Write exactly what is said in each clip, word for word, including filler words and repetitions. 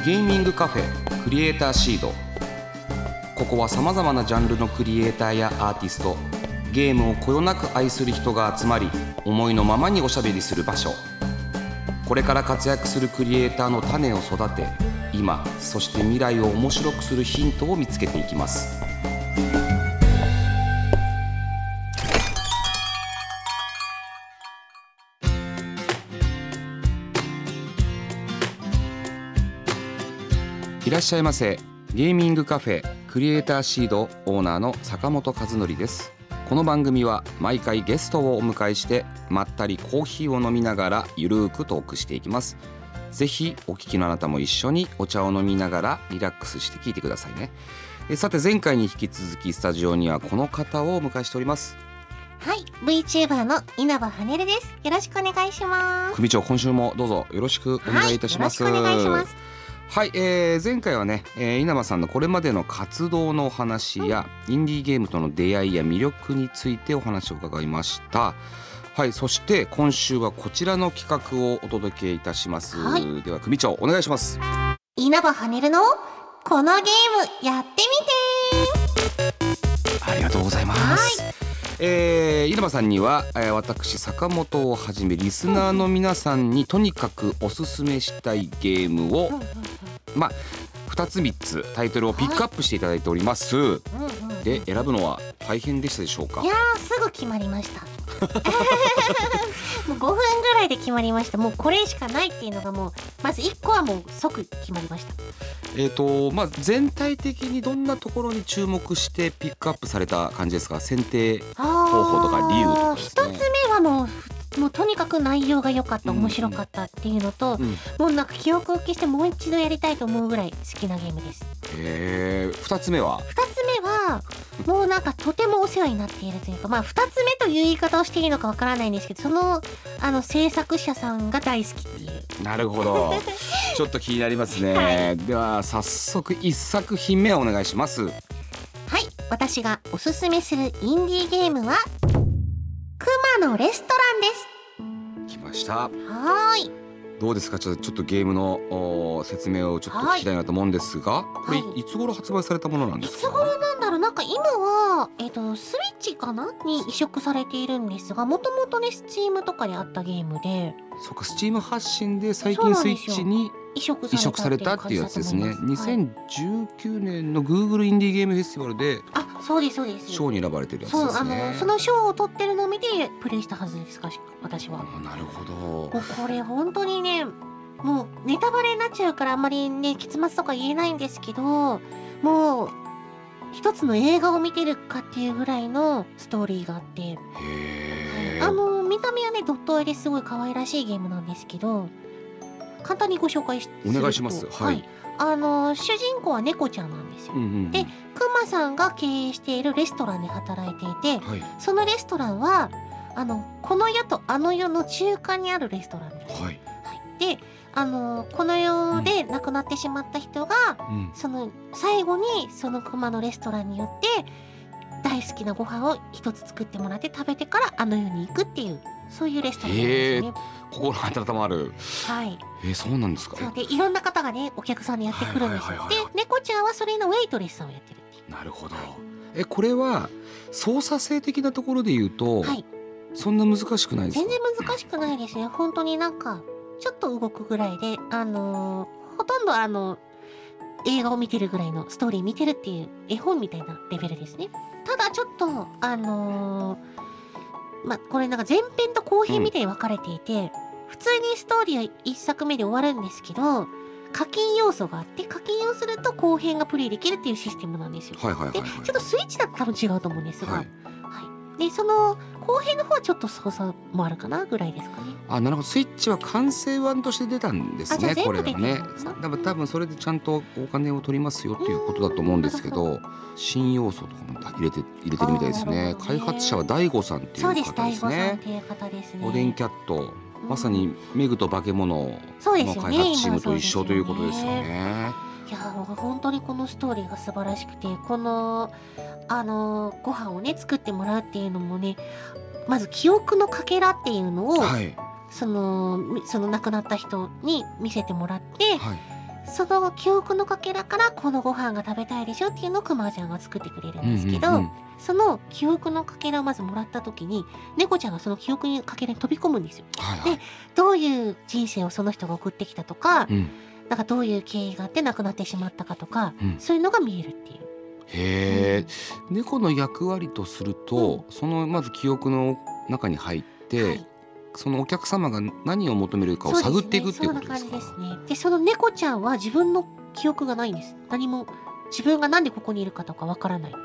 ゲーミングカフェクリエイターシード。ここはさまざまなジャンルのクリエイターやアーティスト、ゲームをこよなく愛する人が集まり、思いのままにおしゃべりする場所。これから活躍するクリエイターの種を育て、今そして未来を面白くするヒントを見つけていきます。いらっしゃいませ。ゲーミングカフェクリエイターシードオーナーの坂本和則です。この番組は毎回ゲストをお迎えしてまったりコーヒーを飲みながらゆるーくトークしていきます。ぜひお聞きのあなたも一緒にお茶を飲みながらリラックスして聞いてくださいね。えさて前回に引き続きスタジオにはこの方をお迎えしております。 はい、 VTuber の稲葉はねるです。よろしくお願いします。 組長、今週もどうぞよろしくお願いいたします。 はい、よろしくお願いします。 はい、えー、前回はね、えー、稲葉さんのこれまでの活動のお話や、うん、インディーゲームとの出会いや魅力についてお話を伺いました。はい、そして今週はこちらの企画をお届けいたします。はい、では組長お願いします。 稲葉はねるのこのゲームやってみて。 ありがとうございます。はい、えー、稲葉さんには、えー、私坂本をはじめリスナーの皆さんにとにかくおすすめしたいゲームを、まあふたつみっつタイトルをピックアップしていただいております。はい、で選ぶのは大変でしたでしょうか？ いやーすぐ決まりましたもうごふんぐらいで決まりました。もうこれしかないっていうのがもうまずいっこはもう即決まりました。 えーとまあ、全体的にどんなところに注目してピックアップされた感じですか？選定方法とか理由とかですね。 一つ目はもうもうとにかく内容が良かった、面白かったっていうのと、うん、もうなんか記憶を消してもう一度やりたいと思うぐらい好きなゲームです。 へー、ふたつめはふたつめはもうなんかとてもお世話になっているというか、まあふたつめという言い方をしていいのかわからないんですけど、そのあの制作者さんが大好きっていう。 なるほどちょっと気になりますね。はい、では早速いっさくひんめお願いします。 はい、私がおすすめするインディーゲームは熊のレストランです。 来ました。 はーい、 どうですか？ちょっと、ちょっとゲームの説明をちょっと聞きたいなと思うんですが、これ、はい、いつ頃発売されたものなんですか？ いつ頃なんだろう。なんか今は、えーと、スイッチかなに移植されているんですが、もともとねスチームとかであったゲームで。 そうか、スチーム発信で最近スイッチに移植されたっていうやつですね。にせんじゅうきゅうねんの Google インディーゲームフェスティバルで、 あ、そうですそうです。 賞に選ばれてるやつですね。 そう、あのその賞を取ってるのを見てプレイしたはずですか、私は。 あ、なるほど。 もうこれ本当にね、もうネタバレになっちゃうからあんまりね結末とか言えないんですけど、もう一つの映画を見てるかっていうぐらいのストーリーがあって、 へー、 あの見た目はねドット絵ですごい可愛らしいゲームなんですけど、簡単にご紹介すると、 お願いします。はい、はい、 あの主人公は猫ちゃんなんですよ。うんうんうん、でクマさんが経営しているレストランで働いていて、はい、そのレストランはあのこの世とあの世の中間にあるレストランです。はい、はい、であのこの世で亡くなってしまった人が、うん、その最後にそのクマのレストランによって大好きなご飯を一つ作ってもらって食べてからあの世に行くっていう、そういうレストランなんですね。 心温まる。はい。えー、そうなんですか。 そうで、いろんな方がねお客さんにやってくるんですよ。で、猫ちゃんはそれのウェイトレスさんをやってるっていう。 なるほど。え、これは操作性的なところで言うと、はい、そんな難しくないですか？ 全然難しくないですね。本当になんかちょっと動くぐらいで、あのー、ほとんどあの映画を見てるぐらいのストーリー見てるっていう絵本みたいなレベルですね。ただちょっとあのー、まこれなんか前編と後編みたいに分かれていて、うん、普通にストーリーはいっさくめで終わるんですけど、課金要素があって課金をすると後編がプレイできるっていうシステムなんですよ。 はいはいはいはい、 でちょっとスイッチだと多分違うと思うんですが、はい、はい、でその後編の方はちょっと操作もあるかなぐらいですかね。 あ、なるほど。スイッチは完成版として出たんですね。これはね。多分多分それでちゃんとお金を取りますよっていうことだと思うんですけど、新要素とかも入れて入れてるみたいですね。ね、開発者は大悟さんっていう方ですね。 そうです、大悟さんっていう方ですね。 おでんキャット、まさにメグと化け物の開発チームと一緒ということですよね。 いや本当にこのストーリーが素晴らしくて、このあのご飯をね作ってもらうっていうのもね、まず記憶のかけらっていうのを、はい、そのその亡くなった人に見せてもらって、はい、 その記憶のかけらからこのご飯が食べたいでしょっていうのをくまちゃんが作ってくれるんですけど、うんうんうん、その記憶のかけらをまずもらった時に猫ちゃんがその記憶のかけらに飛び込むんですよ、はいはい、でどういう人生をその人が送ってきたとか、うん、なんかどういう経緯があって亡くなってしまったかとか、うん、そういうのが見えるっていう。 へー、うん、猫の役割とすると、うん、そのまず記憶の中に入って、はい、そのお客様が何を求めるかを探っていくっていうことですか？ そうですね、そんな感じですね。でその猫ちゃんは自分の記憶がないんです。何も自分がなんでここにいるかとかわからないっていう。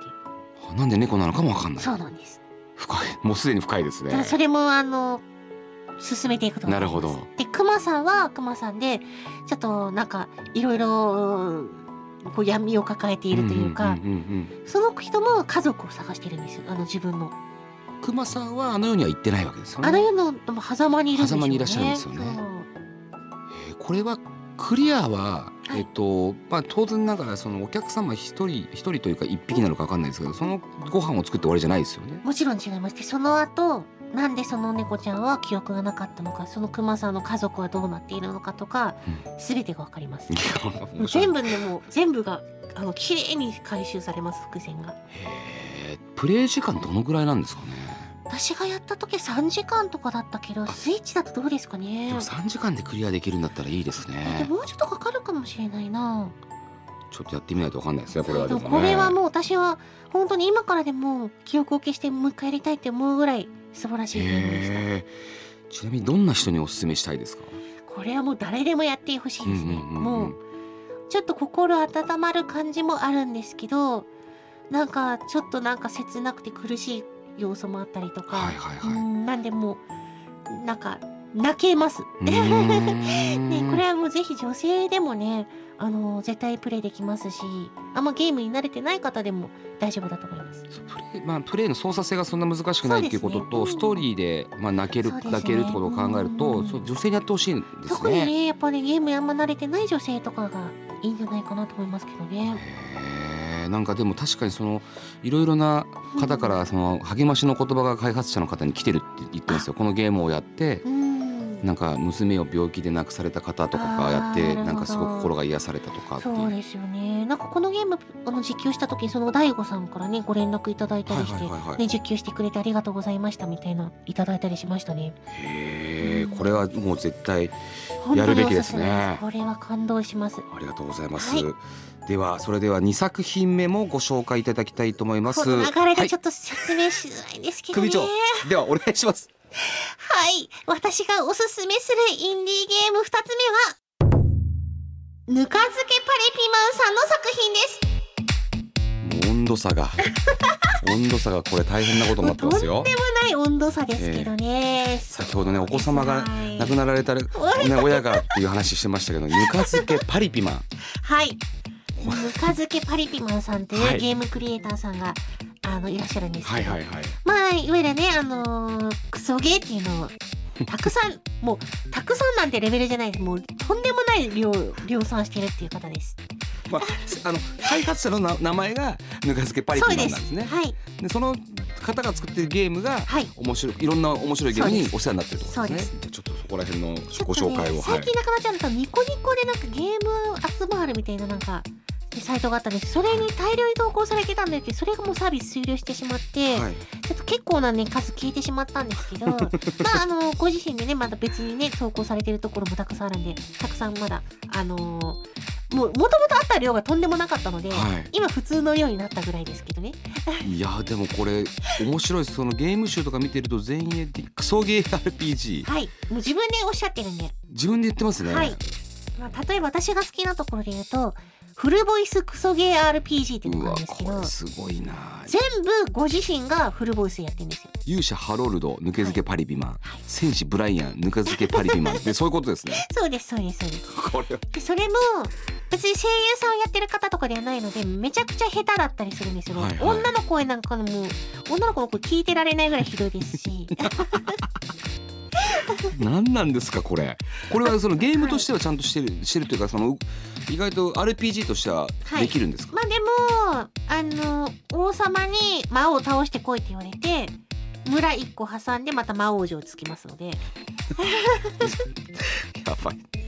なんで猫なのかもわかんない。 そうなんです。 深い、もうすでに深いですね。 それもあの進めていくと思います。 なるほど。 でクマさんはクマさんでちょっとなんかいろいろこう闇を抱えているというか、その人も家族を探してるんですよ。あの自分のクマさんはあの世には行ってないわけですよね。 あの世の狭間にいるんですよね。 狭間にいらっしゃるんですよね。えー、これはクリアは、はい、えっとまあ、当然ながらそのお客様一人一人というか一匹なのか分かんないですけど、そのご飯を作って終わりじゃないですよね。 もちろん違います。でその後なんでその猫ちゃんは記憶がなかったのか、そのクマさんの家族はどうなっているのかとか、すべ、うん、てが分かります。全部でも全部があの綺麗に回収されます、伏線が。 へー、プレイ時間どのぐらいなんですかね？ 私がやった時さんじかんとかだったけど、スイッチだとどうですかね？ でもさんじかんでクリアできるんだったらいいですね。 でもうちょっとかかるかもしれないな。 ちょっとやってみないと分かんないですね、これは。でもね、 これはもう私は本当に今からでも記憶を消してもう一回やりたいって思うぐらい素晴らしいゲームでした。ちなみにどんな人にお勧めしたいですか？ これはもう誰でもやってほしいですね、うんうんうんうん、もうちょっと心温まる感じもあるんですけど、なんかちょっとなんか切なくて苦しい要素もあったりとか、はいはいはい、うんなんでもうなんか泣けますね。これはもうぜひ女性でもね、あの絶対プレイできますし、あんまゲームに慣れてない方でも大丈夫だと思います。 プレイ、まあ、プレイの操作性がそんな難しくないっていうことと、ね、うん、ストーリーで、まあ、泣ける、ね、泣けるってことを考えると、うん、そう女性にやってほしいんですね。 特にねやっぱり、ね、ゲームにあんま慣れてない女性とかがいいんじゃないかなと思いますけどね。 へー、なんかでも確かにそのいろいろな方からその励ましの言葉が開発者の方に来てるって言ってるんですよ。このゲームをやって、うん、なんか娘を病気で亡くされた方とかがやって、なんかすごく心が癒されたとかっていう。そうですよね。なんかこのゲームあの実況した時、その大悟さんからねご連絡いただいたりして、はいはいはいはい、ね、実況してくれてありがとうございましたみたいないただいたりしましたね。へー、これはもう絶対やるべきですね。 これは感動します。 ありがとうございます、はい。ではそれではにさく品目もご紹介いただきたいと思います。 この流れでちょっと説明しづらいんですけどね、 はい、組長ではお願いします。 はい、私がおすすめするインディーゲームふたつめはぬか漬けパリピマンさんの作品です。 もう温度差が温度差がこれ大変なことになってますよ。 とんでもない温度差ですけどね、 えー、先ほどねお子様が亡くなられた、ね、親がっていう話してましたけどぬか漬けパリピマンはいぬか漬けパリピマンさんというゲームクリエイターさんが、はい、あのいらっしゃるんですけど、はいはいはい、まあいわゆるねあのー、クソゲーっていうのをたくさんもうたくさんなんてレベルじゃないです。もうとんでもない量量産してるっていう方です。 まあ、あの開発者のな名前がぬか漬けパリピマンなんですね。 そうです、はい、 でその方が作ってるゲームが、はい、面白いいろんな面白いゲームにお世話になってるってことですね。じゃあちょっとそこら辺のご紹介を、ね、 最近なくなっちゃったニコニコでなんかゲーム集まるみたいななんかサイトがあったんです。それに大量に投稿されてたんですけど、それがもうサービス終了してしまって、はい、ちょっと結構なね数消えてしまったんですけどまああのご自身でねまだ別にね投稿されてるところもたくさんあるんで、たくさんまだあのー、もうもともとあった量がとんでもなかったので、はい、今普通の量になったぐらいですけどねいやでもこれ面白いです。そのゲーム集とか見てると前衛的クソゲー アールピージー、 はい、もう自分でおっしゃってるんで自分で言ってますね。 はい、まあ、例えば私が好きなところで言うとフルボイスクソゲー アールピージー っていうのがあるんですけど、 うわこれすごいな。 全部ご自身がフルボイスでやってるんですよ。 勇者ハロルドぬけ漬けパリピマン、はい、戦士ブライアンぬか漬けパリピマンでそういうことですね。 そうですそうですそうです。 これでそれも別に声優さんをやってる方とかではないのでめちゃくちゃ下手だったりするんですよ、はいはい、女の声なんかのもう女の子の声聞いてられないぐらいひどいですし何なんですかこれ。これはそのゲームとしてはちゃんとしてる、はい、してるというかその意外と アールピージー としてはできるんですか。 はい、まあでもあの王様に魔王を倒してこいって言われて村いっこ挟んでまた魔王城つきますのでやばい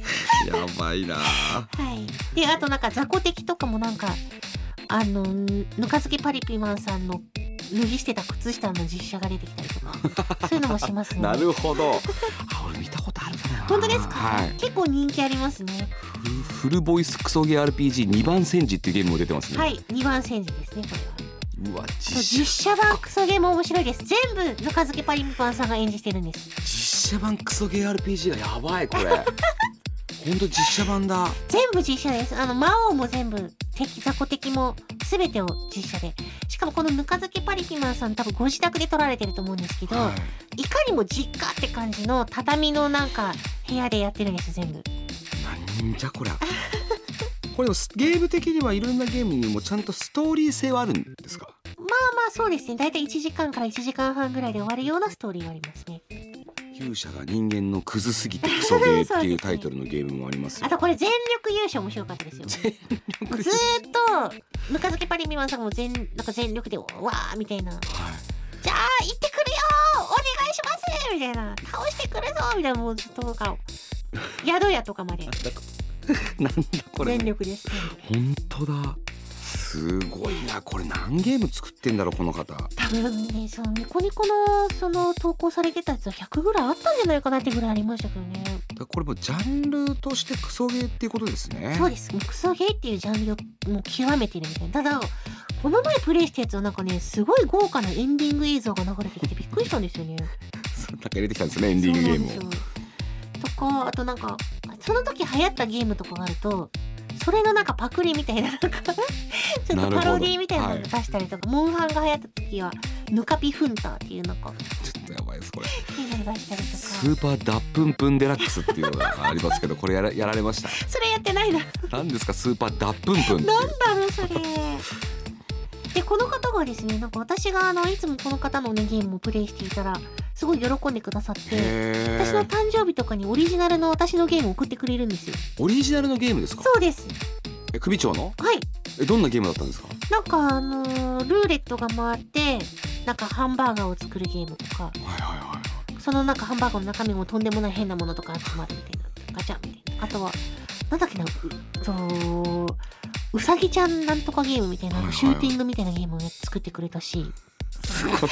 やばいな。はい。であとなんか雑魚敵とかもなんかあのぬか漬けパリピマンさんの脱ぎ捨てた靴下の実写が出てきたりとかそういうのもしますね。 なるほど。あ、俺見たことあるかな。 本当ですか、 はい、 結構人気ありますね。 フルボイスクソゲー アールピージーに 番戦時っていうゲームも出てますね。 はい、にばん戦時ですねこれは。 うわ、 実写版クソゲーも面白いです。全部ぬか漬けパリピマンさんが演じてるんです。 実写版クソゲー アールピージー がやばいこれ本当実写版だ。 全部実写です。あの魔王も全部敵雑魚敵も全てを実写で、しかもこのぬか漬けパリピマンさん多分ご自宅で撮られてると思うんですけど、はい、いかにも実家って感じの畳のなんか部屋でやってるんです全部。 なんじゃこりゃこれゲーム的にはいろんなゲームにもちゃんとストーリー性はあるんですか？ まあまあそうですね。だいたいいちじかんからいちじかんはんぐらいで終わるようなストーリーはありますね。 勇者が人間のクズすぎてクソゲーっていうタイトルのゲームもありますよ。 あとこれ全力優勝面白かったですよ。 全力ずーっとぬか漬けパリピマンさんも全なんか全力でわーみたいな、はい、じゃあ行ってくるよお願いしますみたいな、倒してくるぞみたいな、もうずっとなんか宿屋とかまでなんだこれ全力です。 本当だ、すごいな。これ何ゲーム作ってんだろうこの方。 多分ね、そのニコニコのその投稿されてたやつはひゃくぐらいあったんじゃないかなってぐらいありましたけどね。 だこれもジャンルとしてクソゲーっていうことですね。 そうです。もうクソゲーっていうジャンルをもう極めてるみたいな。ただこの前プレイしたやつはなんかね、すごい豪華なエンディング映像が流れてきてびっくりしたんですよね。 なんか入れてきたんですねエンディングゲームを。 とかあとなんかその時流行ったゲームとかがあると、それのなんかパクリみたいななんかちょっとパロディみたいなのを出したりとか、はい、モンハンが流行った時はヌカピフンターっていうなんかちょっとやばいですこれ。 出したりとかスーパーダップンプンデラックスっていうのがありますけど、これや ら, やられました？ それやってないな。 何ですかスーパーダップンプンって。 なんだろうそれ。でこの方がですね、なんか私があのいつもこの方のねゲームをプレイしていたらすごい喜んでくださって、私の誕生日とかにオリジナルの私のゲームを送ってくれるんですよ。 オリジナルのゲームですか？ そうです。 え首長の？ はい。 えどんなゲームだったんですか？ なんかあのー、ルーレットが回ってなんかハンバーガーを作るゲームとか、はいはいはい、 そのなんかハンバーガーの中身もとんでもない変なものとか集まるみたいなガチャみたいな。あとはなんだっけな、うとうさぎちゃんなんとかゲームみたいな、はいはい、シューティングみたいなゲームを作ってくれたし、 すごい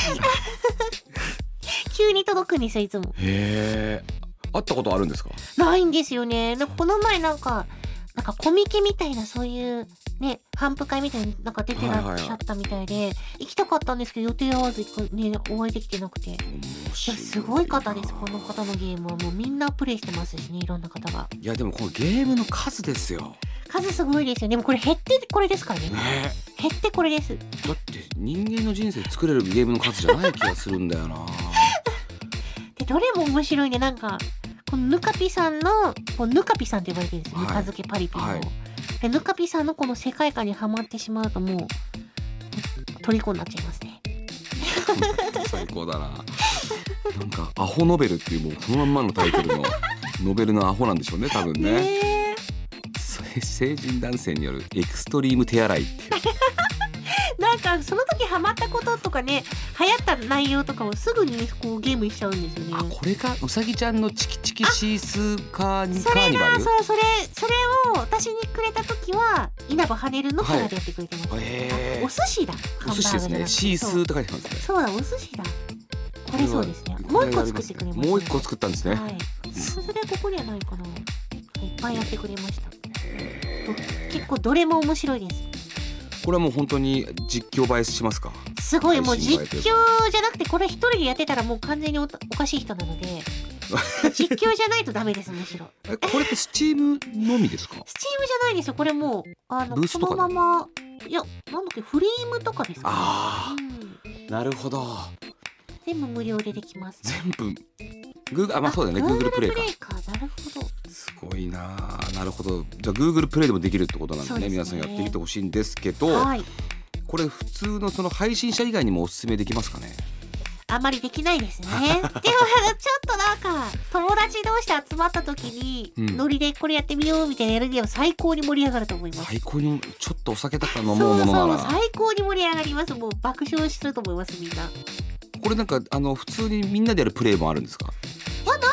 急に届くんですよいつも。 へー、会ったことあるんですか？ ないんですよね。なんかこの前なんかなんかコミケみたいなそういうね頒布会みたいになんか出てらっしゃったみたいで、はいはいはい、行きたかったんですけど予定合わずねお会いできてなくて。すごい方です。この方のゲームはもうみんなプレイしてますしね、いろんな方が。 いやでもこのゲームの数ですよ。 数すごいですよ。でもこれ減ってこれですからね。ね、減ってこれです。 だって人間の人生作れるゲームの数じゃない気がするんだよなでどれも面白いね。なんかこのヌカピさんのこうヌカピさんって呼ばれてるんですよ、はい、ぬか漬けパリピの、はい、でヌカピさんのこの世界観にはまってしまうともう虜になっちゃいますね最高だな。なんかアホノベルっていうもうそのまんまのタイトルのノベルのアホなんでしょうね多分ね。ね、成人男性によるエクストリーム手洗いっていうなんかその時ハマったこととかね、流行った内容とかをすぐにこうゲームしちゃうんですよね。 あ、これがうさぎちゃんのチキチキシースーカーニそれニバル。 そうそれそれを私にくれた時は稲葉跳ねるのキャラでやってくれてました、はい、お寿司だ。 お寿司ですね。シースーって書いてますね。 そうだ、お寿司だ。これそうですね。もう一個作ってくれました、ね、 もう一個作ったんですね。はい。 それここにはないかな。いっぱいやってくれました。結構どれも面白いです。 これはもう本当に実況映えしますか？ すごい、もう実況じゃなくてこれ一人でやってたらもう完全に お, おかしい人なので実況じゃないとダメです。むしろえこれってスチームのみですか？ スチームじゃないですよ。これもうあのそのまま、いやなんだっけ、フレームとかですかね。 あー、うん、なるほど。 全部無料でできます。 全部グー、あ、まあそうだね、Google プレイか。 なるほど。 すごいな。なるほど。じゃあ Google プレイでもできるってことなんで ね, でね皆さんやってみてほしいんですけど、はい、これ普通のその配信者以外にもおすすめできますかね？ あんまりできないですねでもちょっとなんか友達同士で集まった時に、うん、ノリでこれやってみようみたいなやるには最高に盛り上がると思います。 最高にちょっとお酒とか飲もうものならそうそう最高に盛り上がります。もう爆笑すると思いますみんな。 これなんかあの普通にみんなでやるプレイもあるんですか？ はな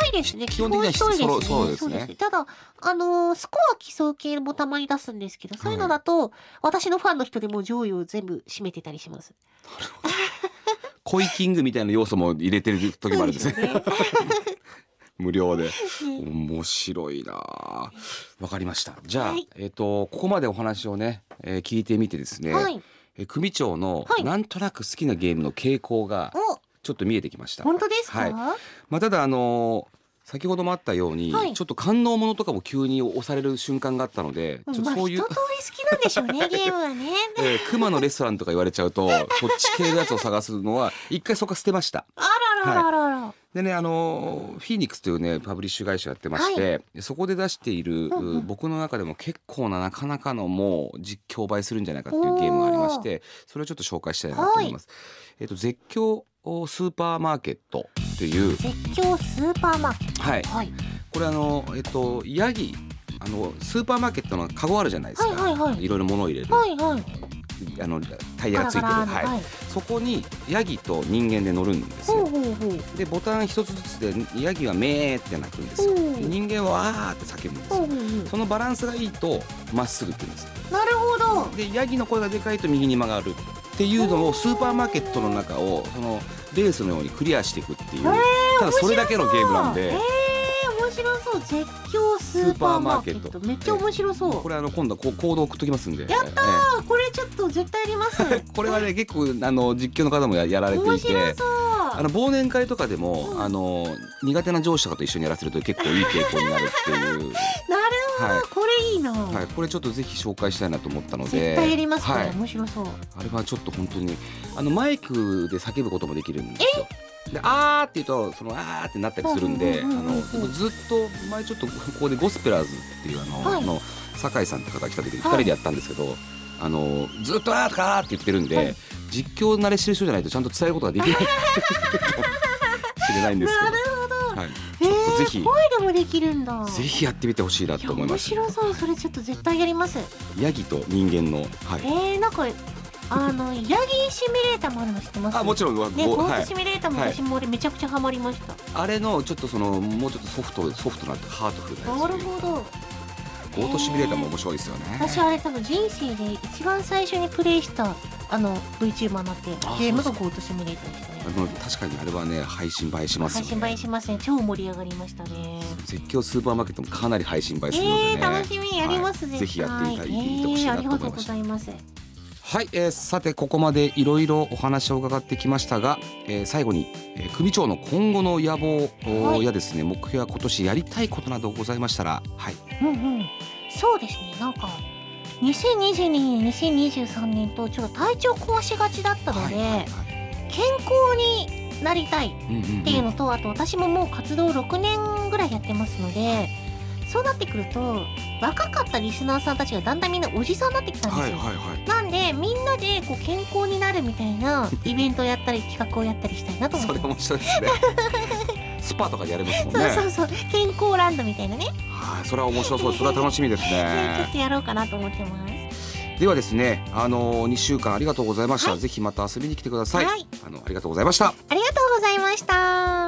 いですね。 基本的には基本一人そうそうですね。 そうですね。ただあのー、スコア競う系もたまに出すんですけど、そういうのだと、はい、私のファンの人でも上位を全部占めてたりします。 コイキングみたいな要素も入れてる時もあるんですね。無料で面白いな。わかりました。じゃあ、はい、えっとここまでお話をね、えー、聞いてみてですね、はい、え組長のなんとなく好きなゲームの傾向がちょっと見えてきました。 本当ですか？ はい、まあ、ただあのー先ほどもあったように、はい、ちょっと官能ものとかも急に押される瞬間があったので、ちょっとそういう、 まあ、一通り好きなんでしょうねゲームはね、 えー、熊のレストランとか言われちゃうとそっち系のやつを探すのは一回そこ捨てました。 あららららら、はい、 でね、あのフィーニックスというねパブリッシュ会社やってまして、はい、そこで出している、うんうん、僕の中でも結構ななかなかのもう実況映えするんじゃないかっていうゲームがありまして、それをちょっと紹介したいなと思います。はい、えっと絶叫スーパーマーケットという絶叫スーパーマーケット、 はい、はい、これあのえっとヤギあのスーパーマーケットのカゴあるじゃないですか、はいはいはい、いろいろ物を入れる、はいはい、あのタイヤがついてる、 ガラガラ、 はい、そこにヤギと人間で乗るんですよ。 ほうほうほう、 でボタン一つずつでヤギはメーって鳴くんですよ。人間はわーって叫ぶんですよ。ほうほうほう、そのバランスがいいとまっすぐって言うんですよ。 なるほど。 でヤギの声がでかいと右に曲がるっていうのをスーパーマーケットの中をそのレースのようにクリアしていくっていう、ただそれだけのゲームなんで、 面白そう。絶叫スーパーマーケットめっちゃ面白そう。 これあの今度はこうコード送っときますんで。 やったー、これちょっと絶対やりますこれはね結構あの実況の方も や, やられていて、面白そう。あの忘年会とかでも、うん、あの苦手な上司とかと一緒にやらせると結構いい傾向になるっていうなるほど、はい、これいいな、 はい、これちょっとぜひ紹介したいなと思ったので絶対やりますから、 はい、 面白そう。 あれはちょっと本当にあのマイクで叫ぶこともできるんですよ。であーって言うとそのあーってなったりするんで、あのずっと前ちょっとここでゴスペラーズっていうあの、はい、の酒井さんって方が来た時にふたりでやったんですけど、はい、あのずっとあーとかーって言ってるんで、はい、実況慣れしてる人じゃないとちゃんと伝えることができないかもしれないんですけど、 なるほど、 はい、ちょっとぜひ、 えー、声でもできるんだ。 ぜひやってみてほしいなと思います。 面白そう。それちょっと絶対やります。 ヤギと人間の、はい、 えー、なんかあのヤギシミュレーターもあるの知ってます？ あ、もちろんね、 ゴートシミュレーターも私も俺めちゃくちゃハマりました、 はい、あれのちょっとそのもうちょっとソフトソフトなハートフルなやつ。 なるほど。 ゴートシミュレーターも面白いですよね。 私あれ多分人生で一番最初にプレイしたあの VTuber になってゲームがゴートシミュレーターでしたね。 あの確かにあれはね配信映えしますよね。 配信映えしますね。超盛り上がりましたね。 絶叫スーパーマーケットもかなり配信映えするのでね、 えー、楽しみ。やりますね、はい、 ぜひやってみたい、えー、見てほしいなと思いました。 ありがとうございます。 はい、えー、さてここまでいろいろお話を伺ってきましたが、えー、最後に、えー、組長の今後の野望、はい、やですね目標や今年やりたいことなどございましたら、はい、 うんうん、そうですね。なんかにせんにじゅうにねんにせんにじゅうさんねんとちょっと体調壊しがちだったので、はいはいはい、健康になりたいっていうのと、うんうんうん、あと私ももう活動ろくねんぐらいやってますので、そうなってくると若かったリスナーさんたちがだんだんみんなおじさんになってきたんですよ、はいはいはい、なんでみんなでこう健康になるみたいなイベントをやったり企画をやったりしたいなと思ってます。 それ面白いですねスパとかでやれますもんね。 そうそうそう、健康ランドみたいなね。 はい、それは面白そう。それは楽しみですねちょっとやろうかなと思ってます。 ではですね、あのにしゅうかんありがとうございました、はい、ぜひまた遊びに来てください、はい、あのありがとうございました。 ありがとうございました。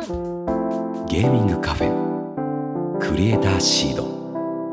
ゲーミングカフェクリエイターシード。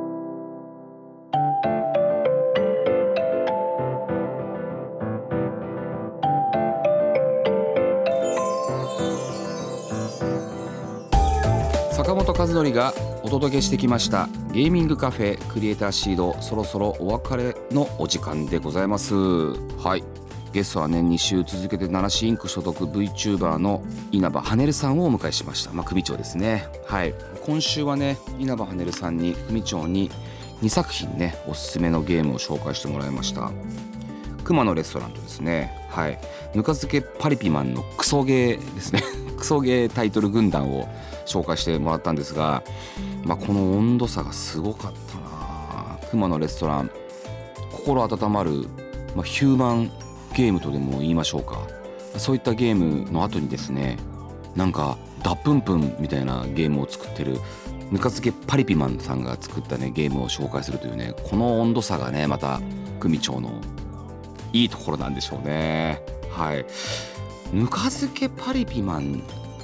坂本和則がお届けしてきましたゲーミングカフェクリエイターシード、そろそろお別れのお時間でございます。はい、ゲストはねに週続けてナナシインク所属 VTuber の稲葉はねるさんをお迎えしました。まあ組長ですね。はい、今週はね稲葉はねるさんに組長ににさく品ねおすすめのゲームを紹介してもらいました。熊のレストランとですね、はい、ぬか漬けパリピマンのクソゲーですねクソゲータイトル軍団を紹介してもらったんですが、まあ、この温度差がすごかったな。熊のレストラン、心温まる、まあ、ヒューマンゲームとでも言いましょうか。そういったゲームの後にですね、なんかダップンプンみたいなゲームを作ってるぬか漬けパリピマンさんが作ったねゲームを紹介するというね、この温度差がねまた組長のいいところなんでしょうね。はい、ぬか漬けパリピマン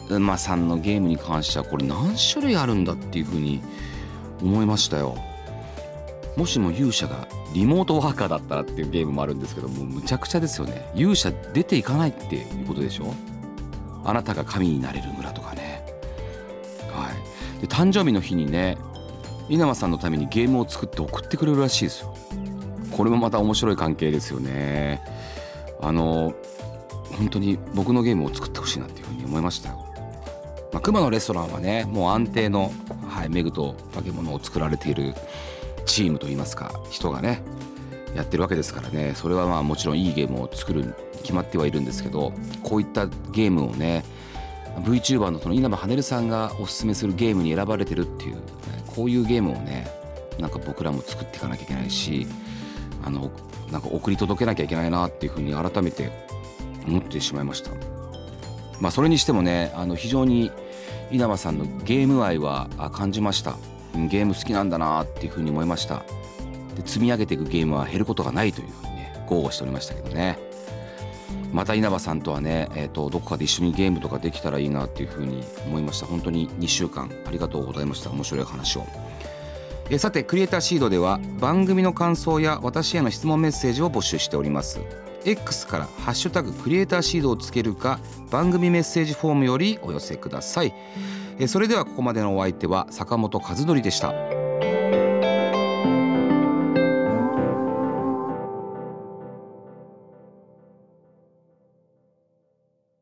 馬さんのゲームに関してはこれ何種類あるんだっていうふうに思いましたよ。もしも勇者がリモートワーカーだったらっていうゲームもあるんですけども、むちゃくちゃですよね。勇者出ていかないっていうことでしょ。あなたが神になれる村とかね。はい。で誕生日の日にね、稲葉さんのためにゲームを作って送ってくれるらしいですよ。これもまた面白い関係ですよね。あの本当に僕のゲームを作ってほしいなっていうふうに思いましたよ。まあ、熊のレストランはね、もう安定の、はい、メグと化け物を作られているチームといいますか、人がねやってるわけですからね。それはまあもちろんいいゲームを作るに決まってはいるんですけど、こういったゲームをね VTuber のその稲葉はねるさんがおすすめするゲームに選ばれてるっていう、ね、こういうゲームをねなんか僕らも作っていかなきゃいけないし、あのなんか送り届けなきゃいけないなっていうふうに改めて思ってしまいました。まあそれにしてもね、あの非常に稲葉さんのゲーム愛は感じました。ゲーム好きなんだなっていうふうに思いました。で積み上げていくゲームは減ることがないというふうにね豪語しておりましたけどね。また稲葉さんとはね、えーとどこかで一緒にゲームとかできたらいいなっていうふうに思いました。本当ににしゅうかんありがとうございました。面白い話を。えさてクリエイターシードでは番組の感想や私への質問メッセージを募集しております。 X からハッシュタグクリエイターシードをつけるか番組メッセージフォームよりお寄せください。えそれではここまでのお相手は坂本和則でした。